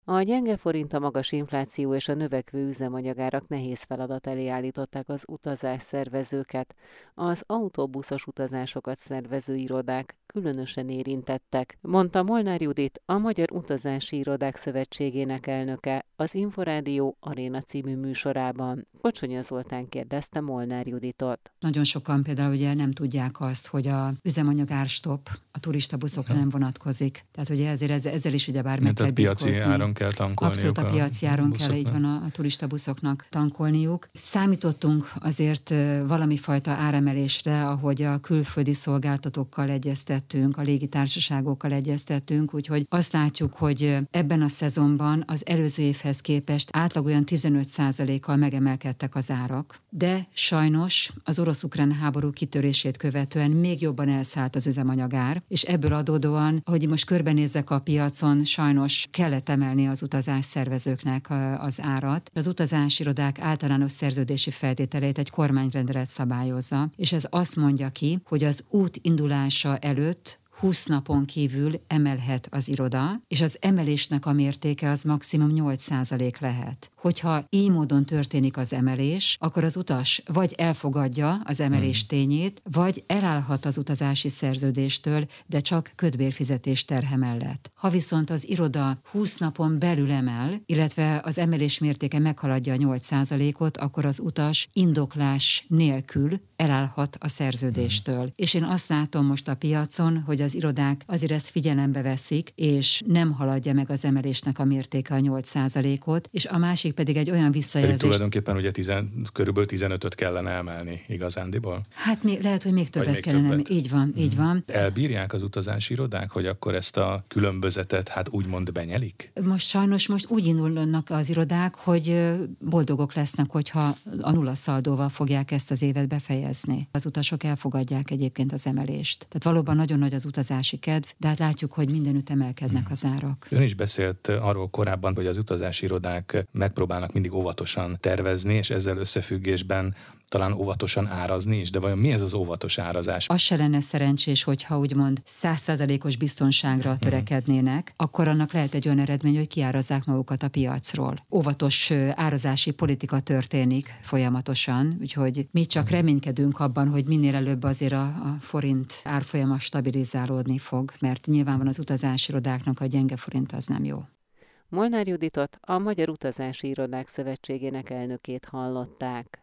A gyenge forint, a magas infláció és a növekvő üzemanyagárak nehéz feladat elé állították az utazásszervezőket. Az autóbuszos utazásokat szervező irodák különösen érintettek, mondta Molnár Judit, a Magyar Utazási Irodák Szövetségének elnöke az Inforádió Aréna című műsorában. Kocsonya Zoltán kérdezte Molnár Juditot. Nagyon sokan például ugye nem tudják azt, hogy a üzemanyag árstopp a turistabuszokra nem vonatkozik. Tehát ugye ezzel is ugyebár meg kell birkózni. Piaci áron kell tankolniuk. Abszolút a piaci áron kell, így van, a turistabuszoknak tankolniuk. Számítottunk azért valami fajta áremelésre, ahogy a külföldi szolgáltatókkal egyeztettünk, a légitársaságokkal egyeztettünk, úgyhogy azt látjuk, hogy ebben a szezonban az előző évhez képest átlag olyan 15%-kal megemelkedtek az árak. De sajnos az orosz-ukrán háború kitörését követően még jobban elszállt az üzemanyagár, és ebből adódóan, ahogy most körbenézzek a piacon, sajnos kellett emelni az utazásszervezőknek az árat. Az utazásirodák általános szerződési feltételeit egy kormányrendelet szabályozza, és ez azt mondja ki, hogy az út indulása előtt 20 napon kívül emelhet az iroda, és az emelésnek a mértéke az maximum 8% lehet. Hogyha így módon történik az emelés, akkor az utas vagy elfogadja az emelés tényét, vagy elállhat az utazási szerződéstől, de csak kötbérfizetés terhe mellett. Ha viszont az iroda 20 napon belül emel, illetve az emelés mértéke meghaladja a 8%-ot, akkor az utas indoklás nélkül elállhat a szerződéstől. És én azt látom most a piacon, hogy az irodák azért ezt figyelembe veszik, és nem haladja meg az emelésnek a mértéke a 8%-ot, és a másik pedig egy olyan visszajelzés. Pedig tulajdonképpen ugye körülbelül 15-öt kellene emelni igazándiból? Hát lehet, hogy még többet kellene. Így van, így van. Elbírják az utazási irodák, hogy akkor ezt a különbözetet úgymond benyelik? Most úgy indulnak az irodák, hogy boldogok lesznek, hogyha a nulla szaldóval fogják ezt az évet befejezni. Az utasok elfogadják egyébként az emelést. Tehát valóban nagyon nagy az utazási kedv, de hát látjuk, hogy mindenütt emelkednek az árak. Ön is beszélt arról korábban, hogy az utazási irodák megpróbálnak mindig óvatosan tervezni, és ezzel összefüggésben talán óvatosan árazni is, de vajon mi ez az óvatos árazás? Az se lenne szerencsés, hogyha úgymond 100%-os biztonságra törekednének, akkor annak lehet egy olyan eredmény, hogy kiárazzák magukat a piacról. Óvatos árazási politika történik folyamatosan, úgyhogy mi csak reménykedünk abban, hogy minél előbb azért a forint árfolyama stabilizálódni fog, mert nyilván van az utazási irodáknak a gyenge forint az nem jó. Molnár Juditot, a Magyar Utazási Irodák Szövetségének elnökét hallották.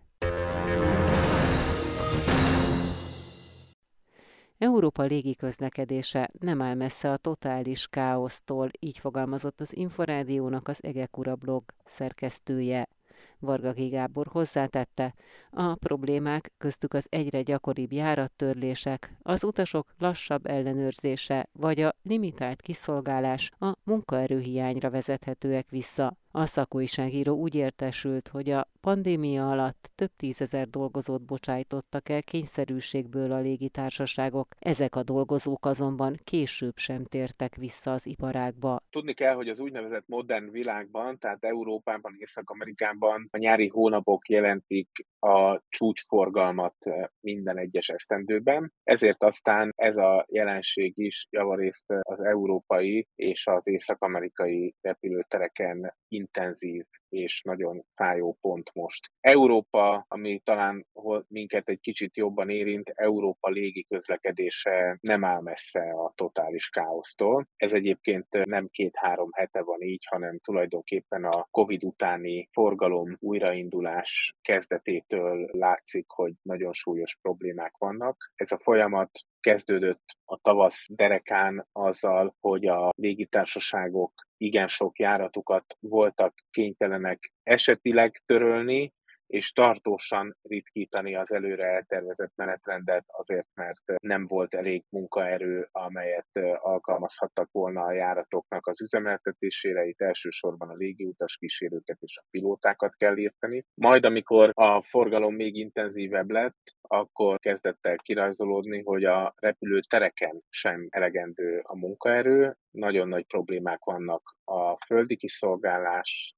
Európa légiközlekedése nem áll messze a totális káosztól, így fogalmazott az Inforádiónak az Egekura blog szerkesztője. Varga G. Gábor hozzátette, a problémák, köztük az egyre gyakoribb járattörlések, az utasok lassabb ellenőrzése vagy a limitált kiszolgálás a munkaerőhiányra vezethetőek vissza. A szakújságíró úgy értesült, hogy a pandémia alatt több tízezer dolgozót bocsájtottak el kényszerűségből a légitársaságok, ezek a dolgozók azonban később sem tértek vissza az iparágba. Tudni kell, hogy az úgynevezett modern világban, tehát Európában, Észak-Amerikában a nyári hónapok jelentik a csúcsforgalmat minden egyes esztendőben, ezért aztán ez a jelenség is javarészt az európai és az észak-amerikai repülőtereken intenzív és nagyon fájó pont most. Európa, ami talán minket egy kicsit jobban érint, Európa légiközlekedése nem áll messze a totális káosztól. Ez egyébként nem 2-3 hete van így, hanem tulajdonképpen a Covid utáni forgalom újraindulás kezdetétől látszik, hogy nagyon súlyos problémák vannak. Ez a folyamat kezdődött a tavasz derekán azzal, hogy a légitársaságok igen sok járatukat voltak kénytelenek esetileg törölni, és tartósan ritkítani az előre eltervezett menetrendet azért, mert nem volt elég munkaerő, amelyet alkalmazhattak volna a járatoknak az üzemeltetésére. Itt elsősorban a légiutas kísérőket és a pilótákat kell érteni. Majd, amikor a forgalom még intenzívebb lett, akkor kezdett el kirajzolódni, hogy a repülőtereken sem elegendő a munkaerő. Nagyon nagy problémák vannak a földi kiszolgálás, a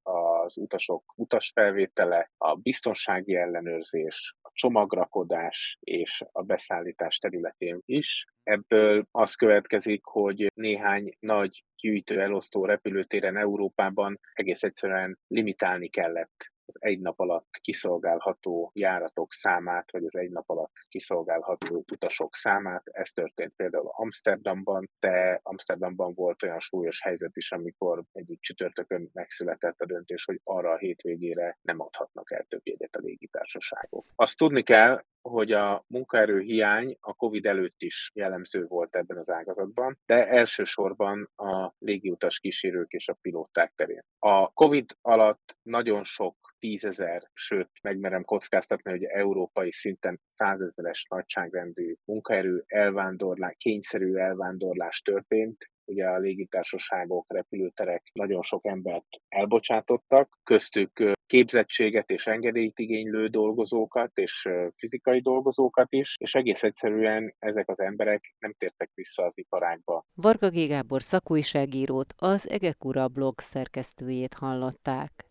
az utasok utasfelvétele, a biztonsági ellenőrzés, a csomagrakodás és a beszállítás területén is. Ebből az következik, hogy néhány nagy gyűjtő-elosztó repülőtéren Európában egész egyszerűen limitálni kellett az egy nap alatt kiszolgálható járatok számát, vagy az egy nap alatt kiszolgálható utasok számát. Ez történt például Amsterdamban, de Amsterdamban volt olyan súlyos helyzet is, amikor egyik csütörtökön megszületett a döntés, hogy arra a hétvégére nem adhatnak el több jegyet a légitársaságok. Azt tudni kell, hogy a munkaerőhiány a Covid előtt is jellemző volt ebben az ágazatban, de elsősorban a légiutas kísérők és a pilóták terén. A Covid alatt nagyon sok 10 000, sőt, megmerem kockáztatni, hogy európai szinten 100 000-es nagyságrendű munkaerő elvándorlás, kényszerű elvándorlás történt. Ugye a légitársaságok, repülőterek nagyon sok embert elbocsátottak, köztük képzettséget és engedélyt igénylő dolgozókat és fizikai dolgozókat is, és egész egyszerűen ezek az emberek nem tértek vissza az iparágba. Varga G. Gábor szakújságírót, az Egekura blog szerkesztőjét hallották.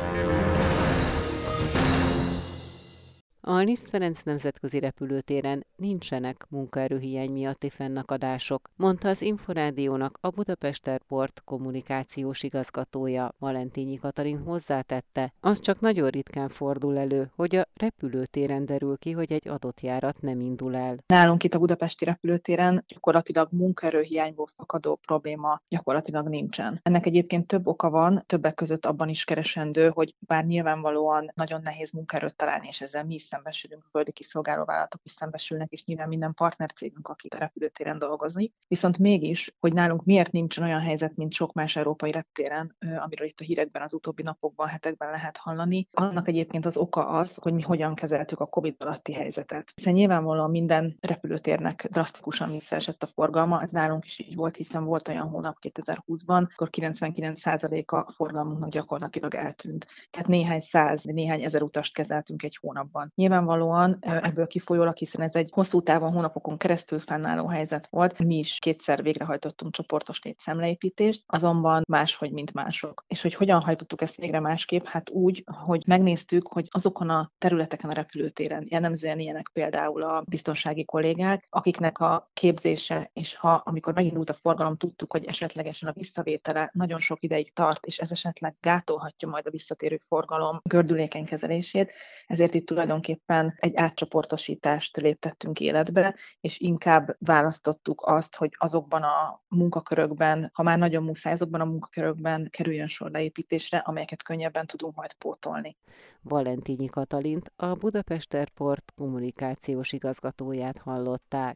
A Liszt Ferenc nemzetközi repülőtéren nincsenek munkaerőhiány miatti fennakadások, mondta az Inforádiónak a Budapest Airport kommunikációs igazgatója. Valentínyi Katalin hozzátette, az csak nagyon ritkán fordul elő, hogy a repülőtéren derül ki, hogy egy adott járat nem indul el. Nálunk itt a budapesti repülőtéren gyakorlatilag munkaerőhiányból fakadó probléma gyakorlatilag nincsen. Ennek egyébként több oka van, többek között abban is keresendő, hogy bár nyilvánvalóan nagyon nehéz munkaerőt találni, és ezzel mi is szembesülünk, földi kiszolgálóvállalatok is szembesülnek, és nyilván minden partnercégünk, aki a repülőtéren dolgozik. Viszont mégis, hogy nálunk miért nincsen olyan helyzet, mint sok más európai reptéren, amiről itt a hírekben az utóbbi napokban, hetekben lehet hallani, annak egyébként az oka az, hogy mi hogyan kezeltük a Covid alatti helyzetet. Hiszen nyilvánvalóan minden repülőtérnek drasztikusan visszaesett a forgalma, ez nálunk is így volt, hiszen volt olyan hónap 2020-ban, akkor 99%-a a forgalmunknak gyakorlatilag eltűnt. Tehát néhány száz, néhány ezer utast kezeltünk egy hónapban. Nyilvánvalóan ebből kifolyólag, hiszen ez egy hosszú távon, hónapokon keresztül fennálló helyzet volt, mi is kétszer végrehajtottunk csoportos létszámleépítést, azonban máshogy, mint mások. És hogy hogyan hajtottuk ezt végre másképp? Hát úgy, hogy megnéztük, hogy azokon a területeken a repülőtéren, jellemzően ilyenek például a biztonsági kollégák, akiknek a képzése, és amikor megindult a forgalom, tudtuk, hogy esetlegesen a visszavétele nagyon sok ideig tart, és ez esetleg gátolhatja majd a visszatérő forgalom gördülékeny kezelését, ezért itt tulajdonképpen egy átcsoportosítást léptettünk életbe, és inkább választottuk azt, hogy azokban a munkakörökben, ha már nagyon muszáj, azokban a munkakörökben kerüljön sor leépítésre, amelyeket könnyebben tudunk majd pótolni. Valentínyi Katalint, a Budapest Airport kommunikációs igazgatóját hallották.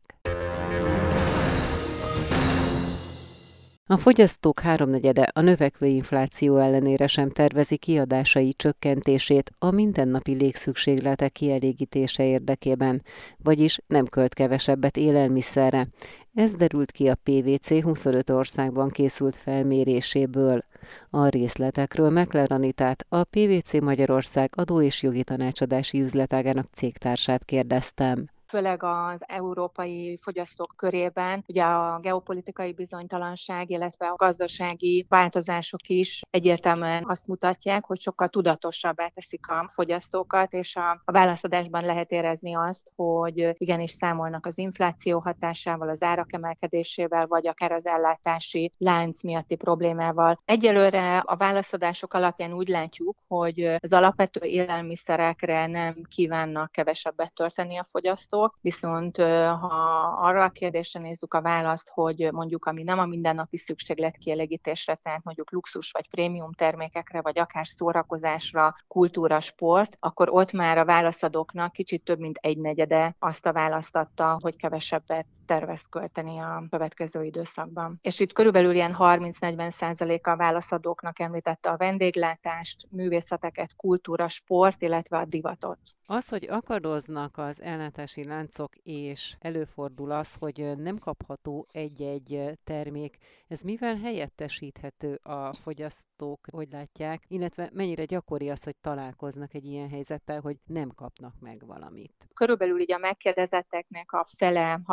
A fogyasztók háromnegyede a növekvő infláció ellenére sem tervezi kiadásai csökkentését a mindennapi légszükségletek kielégítése érdekében, vagyis nem költ kevesebbet élelmiszerre. Ez derült ki a PwC 25 országban készült felméréséből. A részletekről Mekler Anitát, a PwC Magyarország adó- és jogi tanácsadási üzletágának cégtársát kérdeztem. Főleg az európai fogyasztók körében, ugye a geopolitikai bizonytalanság, illetve a gazdasági változások is egyértelműen azt mutatják, hogy sokkal tudatosabbá teszik a fogyasztókat, és a válaszadásban lehet érezni azt, hogy igenis számolnak az infláció hatásával, az árak emelkedésével, vagy akár az ellátási lánc miatti problémával. Egyelőre a válaszadások alapján úgy látjuk, hogy az alapvető élelmiszerekre nem kívánnak kevesebbet tölteni a fogyasztók, viszont ha arra a kérdésre nézzük a választ, hogy mondjuk ami nem a mindennapi szükséglet kielégítésre, tehát mondjuk luxus vagy prémium termékekre, vagy akár szórakozásra, kultúra, sport, akkor ott már a válaszadóknak kicsit több mint egynegyede azt a választ adta, hogy kevesebbet tervez költeni a következő időszakban. És itt körülbelül ilyen 30-40% a válaszadóknak említette a vendéglátást, művészeteket, kultúra, sport, illetve a divatot. Az, hogy akadoznak az ellátási láncok, és előfordul az, hogy nem kapható egy-egy termék, ez mivel helyettesíthető a fogyasztók, hogy látják, illetve mennyire gyakori az, hogy találkoznak egy ilyen helyzettel, hogy nem kapnak meg valamit? Körülbelül így a megkérdezetteknek a fele, 60%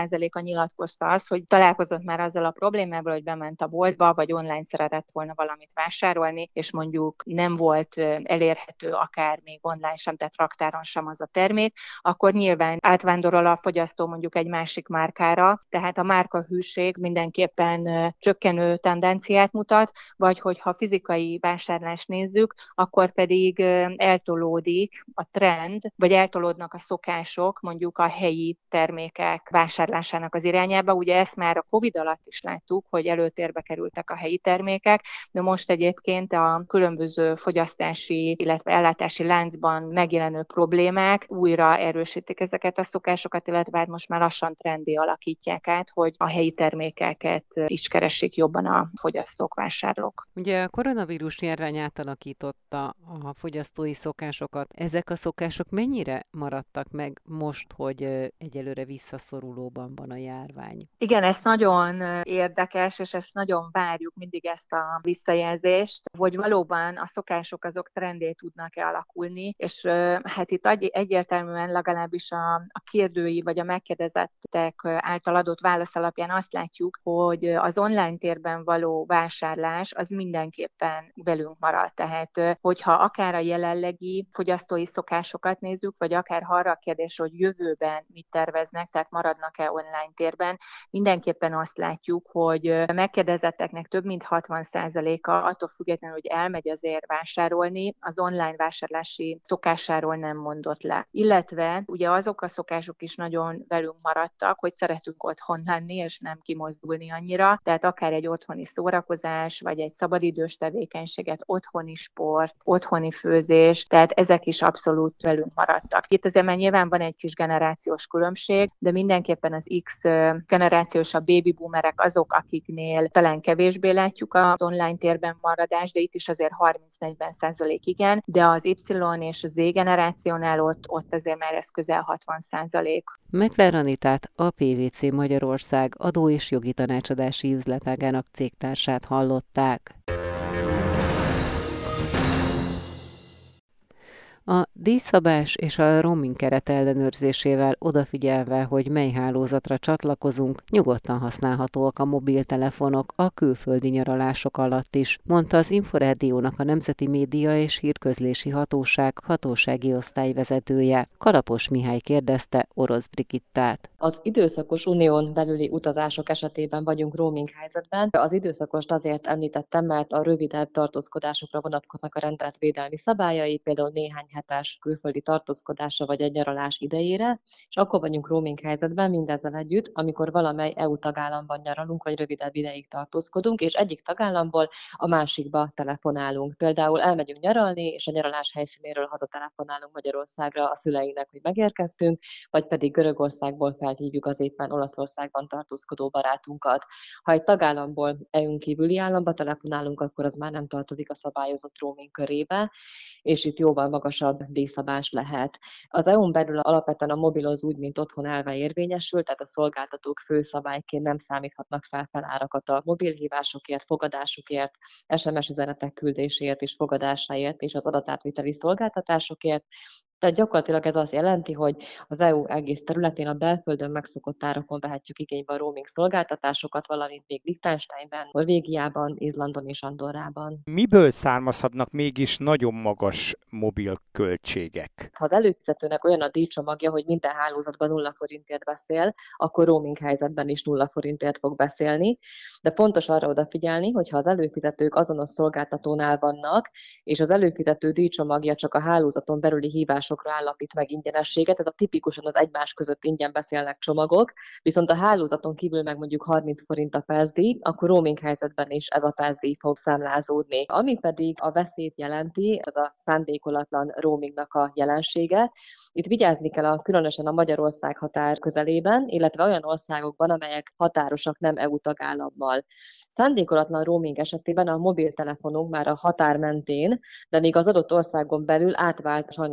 60%-a nyilatkozta azt, hogy találkozott már azzal a problémával, hogy bement a boltba, vagy online szeretett volna valamit vásárolni, és mondjuk nem volt elérhető akár még online sem, tehát raktáron sem az a termék, akkor nyilván átvándorol a fogyasztó mondjuk egy másik márkára, tehát a márkahűség mindenképpen csökkenő tendenciát mutat, vagy hogyha fizikai vásárlást nézzük, akkor pedig eltolódik a trend, vagy eltolódnak a szokások mondjuk a helyi termékek vásárlásának az irányába. Ugye ezt már a Covid alatt is láttuk, hogy előtérbe kerültek a helyi termékek, de most egyébként a különböző fogyasztási, illetve ellátási láncban megjelenő problémák újra erősítik ezeket a szokásokat, illetve hát most már lassan trendi alakítják át, hogy a helyi termékeket is keresik jobban a fogyasztók, vásárlók. Ugye a koronavírus járvány átalakította a fogyasztói szokásokat. Ezek a szokások mennyire maradtak meg most, hogy egyelőre visszaszorulóban van a járvány? Igen, ez nagyon érdekes, és ezt nagyon várjuk mindig ezt a visszajelzést, hogy valóban a szokások azok trendé tudnak-e alakulni, és hát itt egyértelműen legalábbis a kérdői vagy a megkérdezettek által adott válasz alapján azt látjuk, hogy az online térben való vásárlás az mindenképpen velünk marad. Tehát, hogyha akár a jelenlegi fogyasztói szokásokat nézzük, vagy akár arra a kérdés, hogy jövőben mit terveznek, tehát maradnak-e online térben, mindenképpen azt látjuk, hogy megkérdezetteknek több mint 60%-a attól függetlenül, hogy elmegy azért vásárolni, az online vásárlási szokásáról nem mondott le. Illetve ugye azok a szokások is nagyon velünk maradtak, hogy szeretünk otthon lenni, és nem kimozdulni annyira, tehát akár egy otthoni szórakozás, vagy egy szabadidős tevékenységet, otthoni sport, otthoni főzés, tehát ezek is abszolút velünk maradtak. Itt azért már nyilván van egy kis generációs különbség, de mindenképpen az X generációs, a baby boomerek azok, akiknél talán kevésbé látjuk az online térben maradást, de itt is azért 30-40% igen, de az Y és az Z generációnál ott azért már ez közel 60%. Meckler Anitát, a PwC Magyarország adó- és jogi tanácsadási üzletágának cégtársát hallották. A díjszabás és a roaming keret ellenőrzésével odafigyelve, hogy mely hálózatra csatlakozunk, nyugodtan használhatóak a mobiltelefonok a külföldi nyaralások alatt is, mondta az Inforádiónak a Nemzeti Média és Hírközlési Hatóság hatósági osztályvezetője. Kalapos Mihály kérdezte Orosz Brigittát. Az időszakos unión belüli utazások esetében vagyunk roaming helyzetben. Az időszakost azért említettem, mert a rövidebb tartózkodásokra vonatkoznak a rendelet védelmi szabályai, például néhány hetes külföldi tartózkodása vagy egy nyaralás idejére, és akkor vagyunk roaming helyzetben mindezzel együtt, amikor valamely EU tagállamban nyaralunk, vagy rövidebb ideig tartózkodunk, és egyik tagállamból a másikba telefonálunk. Például elmegyünk nyaralni, és a nyaralás helyszínéről hazatelefonálunk Magyarországra a szüleinek, hogy megérkeztünk, vagy pedig Görögországból felhívjuk az éppen Olaszországban tartózkodó barátunkat. Ha egy tagállamból EU-n kívüli államba telefonálunk, akkor az már nem tartozik a szabályozott roaming körébe, és itt jóval magasabb díjszabás lehet. Az EU-n belül alapvetően a mobiloz úgy, mint otthon elve érvényesül, tehát a szolgáltatók főszabályként nem számíthatnak fel felárakat a mobilhívásokért, fogadásukért, SMS üzenetek küldéséért és fogadásáért és az adatátviteli szolgáltatásokért. Tehát gyakorlatilag ez azt jelenti, hogy az EU egész területén a belföldön megszokott árakon vehetjük igénybe a roaming szolgáltatásokat, valamint még Liechtensteinben, Norvégiában, Izlandon és Andorrában. Miből származhatnak mégis nagyon magas mobil költségek? Ha az előfizetőnek olyan a díjcsomagja, hogy minden hálózatban 0 forintért beszél, akkor roaming helyzetben is 0 forintért fog beszélni, de fontos arra odafigyelni, hogy ha az előfizetők azonos szolgáltatónál vannak, és az előfizető díjcsomagja csak a hálózaton belüli hívásokra állapít meg ingyenességet, ez a tipikusan az egymás között ingyen beszélnek csomagok, viszont a hálózaton kívül meg mondjuk 30 forint a percdíj, akkor roaming helyzetben is ez a percdíj fog számlázódni. Ami pedig a veszélyt jelenti, az a szándékolatlan roamingnak a jelensége. Itt vigyázni kell különösen a Magyarország határ közelében, illetve olyan országokban, amelyek határosak nem EU tagállammal. Szándékolatlan roaming esetében a mobiltelefonunk már a határ mentén, de még az adott országon belül átvált sajnos a szomszéd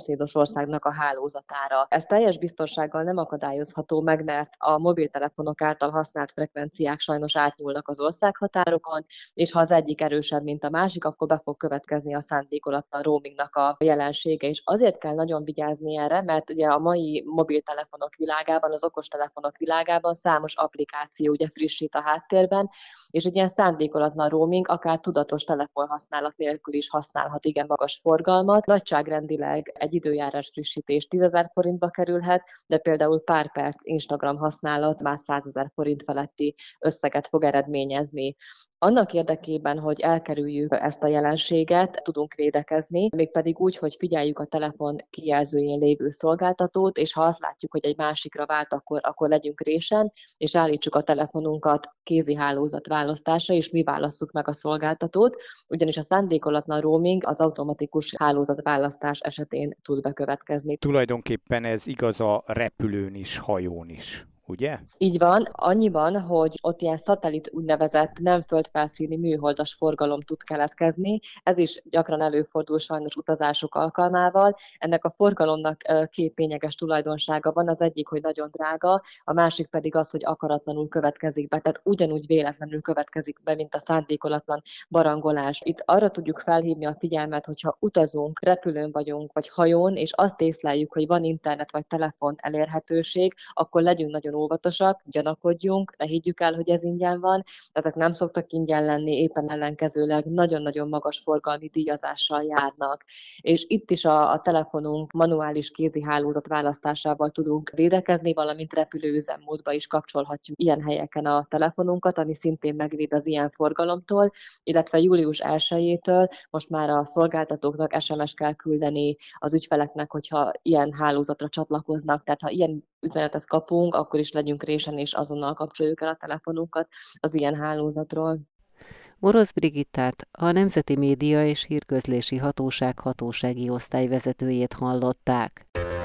szomszédos országnak a hálózatára. Ez teljes biztonsággal nem akadályozható meg, mert a mobiltelefonok által használt frekvenciák sajnos átnyúlnak az országhatárokon, és ha az egyik erősebb, mint a másik, akkor be fog következni a szándékolatlan roamingnak a jelensége. És azért kell nagyon vigyázni erre, mert ugye a mai mobiltelefonok világában, az okostelefonok világában számos applikáció ugye frissít a háttérben, és egy ilyen szándékolatlan roaming akár tudatos telefonhasználat nélkül is használhat igen magas forgalmat. Nagyságrendileg egy időjárás frissítés 10 000 forintba kerülhet, de például pár perc Instagram használat már 100 000 forint feletti összeget fog eredményezni. Annak érdekében, hogy elkerüljük ezt a jelenséget, tudunk védekezni, mégpedig úgy, hogy figyeljük a telefon kijelzőjén lévő szolgáltatót, és ha azt látjuk, hogy egy másikra vált, akkor legyünk résen, és állítsuk a telefonunkat kézi hálózat választásra, és mi válasszuk meg a szolgáltatót, ugyanis a szándékolatlan roaming az automatikus hálózatválasztás esetén tud bekövetkezni. Tulajdonképpen ez igaz a repülőn is, hajón is. Ugye? Így van, annyiban, hogy ott ilyen szatellit úgynevezett nem földfelszíni műholdas forgalom tud keletkezni. Ez is gyakran előfordul sajnos utazások alkalmával. Ennek a forgalomnak két lényeges tulajdonsága van. Az egyik, hogy nagyon drága, a másik pedig az, hogy akaratlanul következik be. Tehát ugyanúgy véletlenül következik be, mint a szándékolatlan barangolás. Itt arra tudjuk felhívni a figyelmet, hogyha utazunk, repülőn vagyunk, vagy hajón, és azt észleljük, hogy van internet vagy telefon elérhetőség, akkor legyünk nagyon óvatosak, gyanakodjunk, ne higgyük el, hogy ez ingyen van, ezek nem szoktak ingyen lenni, éppen ellenkezőleg nagyon-nagyon magas forgalmi díjazással járnak. És itt is a telefonunk manuális kézi hálózat választásával tudunk védekezni, valamint repülőüzemmódba is kapcsolhatjuk ilyen helyeken a telefonunkat, ami szintén megvéd az ilyen forgalomtól, illetve július 1-től most már a szolgáltatóknak SMS kell küldeni az ügyfeleknek, hogyha ilyen hálózatra csatlakoznak, tehát ha ilyen üzenetet kapunk, akkor is legyünk résen, és azonnal kapcsoljuk el a telefonunkat az ilyen hálózatról. Orosz Brigittát, a Nemzeti Média és Hírközlési Hatóság hatósági osztályvezetőjét hallották.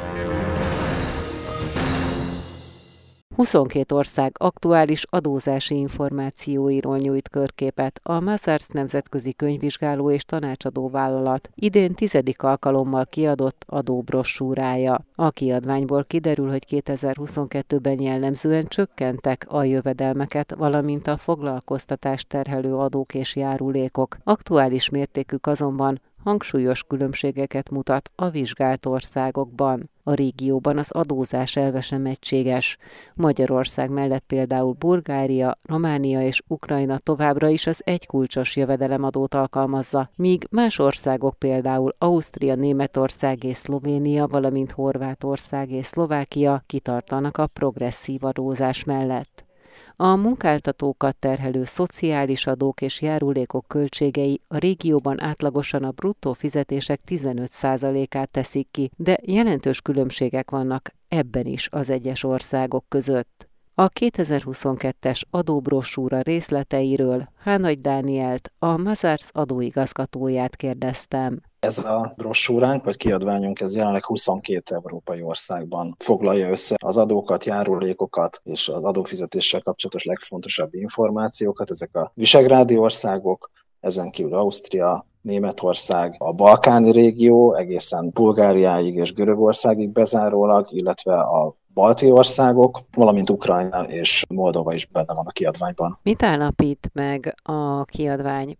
22 ország aktuális adózási információiról nyújt körképet a Mazars nemzetközi könyvvizsgáló és tanácsadó vállalat idén 10. alkalommal kiadott adóbrossúrája. A kiadványból kiderül, hogy 2022-ben jellemzően csökkentek a jövedelmeket, valamint a foglalkoztatást terhelő adók és járulékok. Aktuális mértékük azonban hangsúlyos különbségeket mutat a vizsgált országokban. A régióban az adózás elve sem egységes. Magyarország mellett például Bulgária, Románia és Ukrajna továbbra is az egykulcsos jövedelemadót alkalmazza, míg más országok például Ausztria, Németország és Szlovénia, valamint Horvátország és Szlovákia kitartanak a progresszív adózás mellett. A munkáltatókat terhelő szociális adók és járulékok költségei a régióban átlagosan a bruttó fizetések 15%-át teszik ki, de jelentős különbségek vannak ebben is az egyes országok között. A 2022-es adóbrossúra részleteiről Hánagy Dánielt, a Mazars adóigazgatóját kérdeztem. Ez a brossúránk, vagy kiadványunk, ez jelenleg 22 európai országban foglalja össze az adókat, járulékokat és az adófizetéssel kapcsolatos legfontosabb információkat. Ezek a visegrádi országok, ezen kívül Ausztria, Németország, a balkáni régió, egészen Bulgáriáig és Görögországig bezárólag, illetve a balti országok, valamint Ukrajna és Moldova is benne van a kiadványban. Mit állapít meg a kiadvány?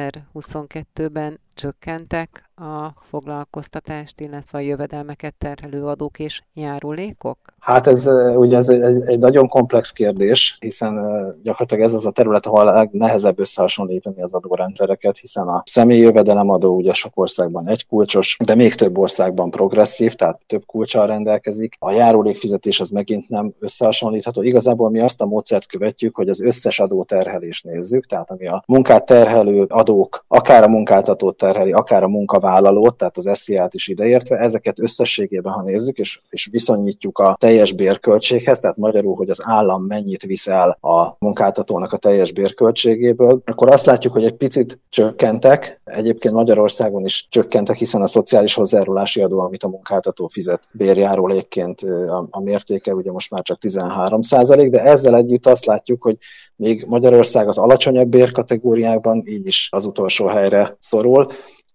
2022-ben csökkentek a foglalkoztatást, illetve a jövedelmeket terhelő adók és járulékok? Hát ez egy nagyon komplex kérdés, hiszen gyakorlatilag ez az a terület, ahol a legnehezebb összehasonlítani az adórendszereket, hiszen a személyi jövedelemadó ugye sok országban egykulcsos, de még több országban progresszív, tehát több kulccsal rendelkezik. A járulékfizetés az megint nem összehasonlítható. Igazából mi azt a módszert követjük, hogy az összes adóterhelést nézzük, tehát ami a munkát terhelő adók, akár a munkáltatót terheli, akár a munkavállalót, tehát az SZIA-t is ideértve, ezeket összességében, ha nézzük, és viszonyítjuk a teljes bérköltséghez, tehát magyarul, hogy az állam mennyit visz el a munkáltatónak a teljes bérköltségéből, akkor azt látjuk, hogy egy picit csökkentek, egyébként Magyarországon is csökkentek, hiszen a szociális hozzájárulási adó, amit a munkáltató fizet bérjárulékként, a mértéke ugye most már csak 13%, de ezzel együtt azt látjuk, hogy még Magyarország az alacsonyabb bérkategóriákban így is az utolsó helyre szorul.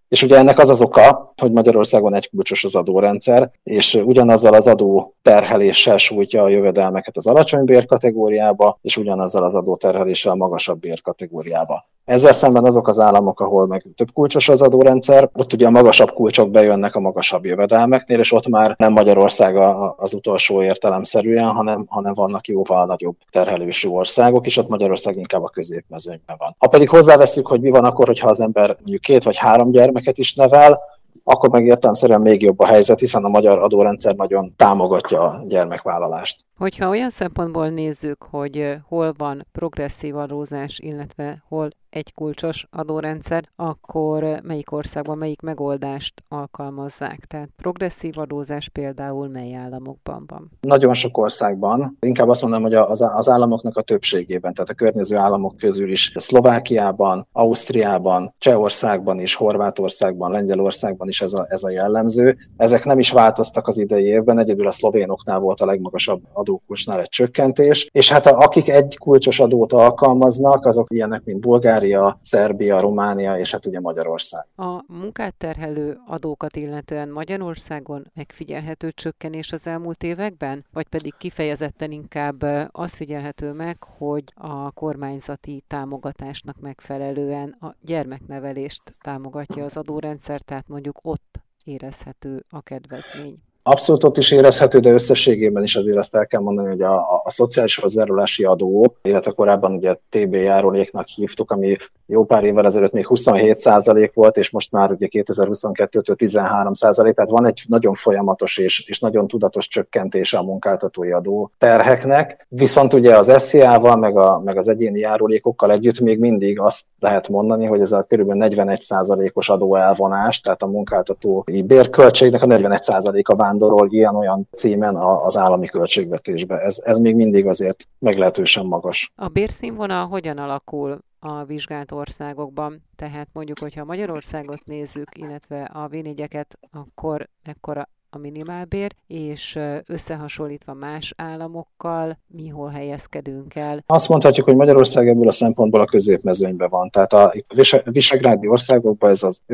És ugye ennek az az oka, hogy Magyarországon egykulcsos az adórendszer, és ugyanazzal az adó terheléssel sújtja a jövedelmeket az alacsony bérkategóriába, és ugyanazzal az adóterheléssel a magasabb bérkategóriába. Ezzel szemben azok az államok, ahol meg több kulcsos az adórendszer, ott ugye a magasabb kulcsok bejönnek a magasabb jövedelmeknél, és ott már nem Magyarország az utolsó értelemszerűen, hanem vannak jóval nagyobb terhelésű országok, és ott Magyarország inkább a középmezőnyben van. Ha pedig hozzáveszünk, hogy mi van akkor, hogyha az ember mondjuk 2 vagy 3 gyermeket is nevel, akkor meg értelemszerűen még jobb a helyzet, hiszen a magyar adórendszer nagyon támogatja a gyermekvállalást. Hogyha olyan szempontból nézzük, hogy hol van progresszív adózás, illetve hol egykulcsos adórendszer, akkor melyik országban melyik megoldást alkalmazzák? Tehát progresszív adózás például mely államokban van? Nagyon sok országban, inkább azt mondom, hogy az államoknak a többségében, tehát a környező államok közül is, Szlovákiában, Ausztriában, Csehországban is, Horvátországban, Lengyelországban is ez a jellemző. Ezek nem is változtak az idei évben, egyedül a szlovénoknál volt a legmagasabb adókulcsnál egy csökkentés, és hát akik egy kulcsos adót alkalmaznak, azok ilyenek, mint Bulgária, Szerbia, Románia, és hát ugye Magyarország. A munkát terhelő adókat illetően Magyarországon megfigyelhető csökkenés az elmúlt években, vagy pedig kifejezetten inkább az figyelhető meg, hogy a kormányzati támogatásnak megfelelően a gyermeknevelést támogatja az adórendszer, tehát mondjuk ott érezhető a kedvezmény. Abszolút ott is érezhető, de összességében is azért azt el kell mondani, hogy a szociális hozzájárulási adó, illetve korábban ugye TB járuléknak hívtuk, ami jó pár évvel ezelőtt még 27% volt, és most már ugye 2022-től 13%, tehát van egy nagyon folyamatos és nagyon tudatos csökkentése a munkáltatói adó terheknek, viszont ugye az SZIA-val, meg az egyéni járulékokkal együtt még mindig azt lehet mondani, hogy ez a kb. 41%-os adóelvonás, tehát a munkáltatói bérköltségnek a 41%-a vándorol ilyen-olyan címen az állami költségvetésbe. Ez még mindig azért meglehetősen magas. A bérszínvonal hogyan alakul a vizsgált országokban? Tehát mondjuk, hogyha Magyarországot nézzük, illetve a V4-eket, akkor mekkora a minimálbér, és összehasonlítva más államokkal mi hol helyezkedünk el? Azt mondhatjuk, hogy Magyarország ebből a szempontból a középmezőnyben van. Tehát a visegrádi országokban ez az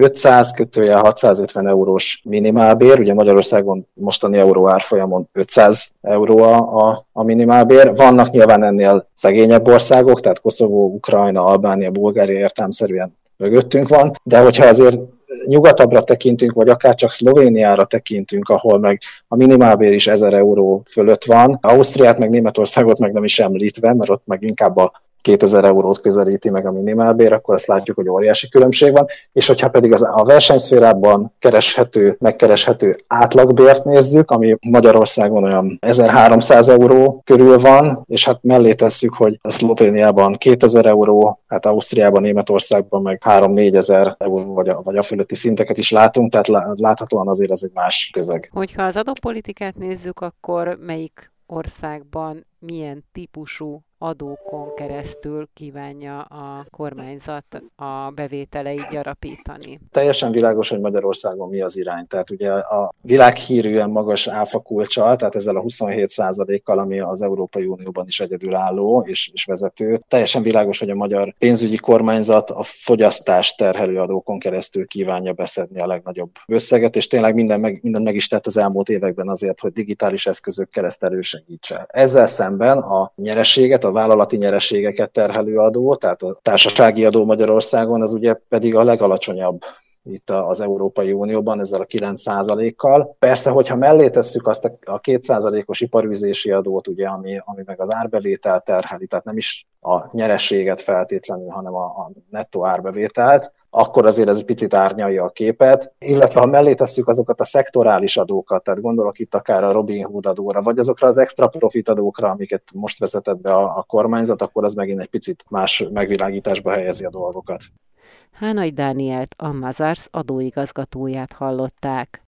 500-650 eurós minimálbér, ugye Magyarországon mostani euró árfolyamon 500 euró a minimálbér. Vannak nyilván ennél szegényebb országok, tehát Koszovó, Ukrajna, Albánia, Bulgária értelemszerűen mögöttünk van, de hogyha azért nyugatabbra tekintünk, vagy akár csak Szlovéniára tekintünk, ahol meg a minimálbér is 1000 euró fölött van, Ausztriát meg Németországot meg nem is említve, mert ott meg inkább a 2000 eurót közelíti meg a minimálbér, akkor azt látjuk, hogy óriási különbség van, és hogyha pedig a versenyszférában megkereshető átlagbért nézzük, ami Magyarországon olyan 1300 euró körül van, és hát mellé tesszük, hogy a Szlovéniában 2000 euró, hát Ausztriában, Németországban meg 3-4 ezer euró, vagy a fölötti szinteket is látunk, tehát láthatóan azért ez egy más közeg. Hogyha az adópolitikát nézzük, akkor melyik országban milyen típusú adókon keresztül kívánja a kormányzat a bevételeit gyarapítani? Teljesen világos, hogy Magyarországon mi az irány. Tehát ugye a világhírűen magas áfakulccsal, tehát ezzel a 27%-kal, ami az Európai Unióban is egyedülálló és vezető. Teljesen világos, hogy a magyar pénzügyi kormányzat a fogyasztást terhelő adókon keresztül kívánja beszedni a legnagyobb összeget, és tényleg minden meg is tett az elmúlt években azért, hogy digitális eszközökkel ezt elősegítse. Ezzel szemben a nyereséget, a vállalati nyereségeket terhelő adó, tehát a társasági adó Magyarországon, az ugye pedig a legalacsonyabb itt az Európai Unióban, ezzel a 9%-kal. Persze, hogyha mellé tesszük azt a 2%-os iparűzési adót, ugye, ami meg az árbevételt terheli, tehát nem is a nyereséget feltétlenül, hanem a nettó árbevételt, akkor azért ez egy picit árnyalja a képet, illetve ha mellé tesszük azokat a szektorális adókat, tehát gondolok itt akár a Robin Hood adóra, vagy azokra az extra profit adókra, amiket most vezetett be a kormányzat, akkor az megint egy picit más megvilágításba helyezi a dolgokat. Hánay Dánielt, a Mazars adóigazgatóját hallották.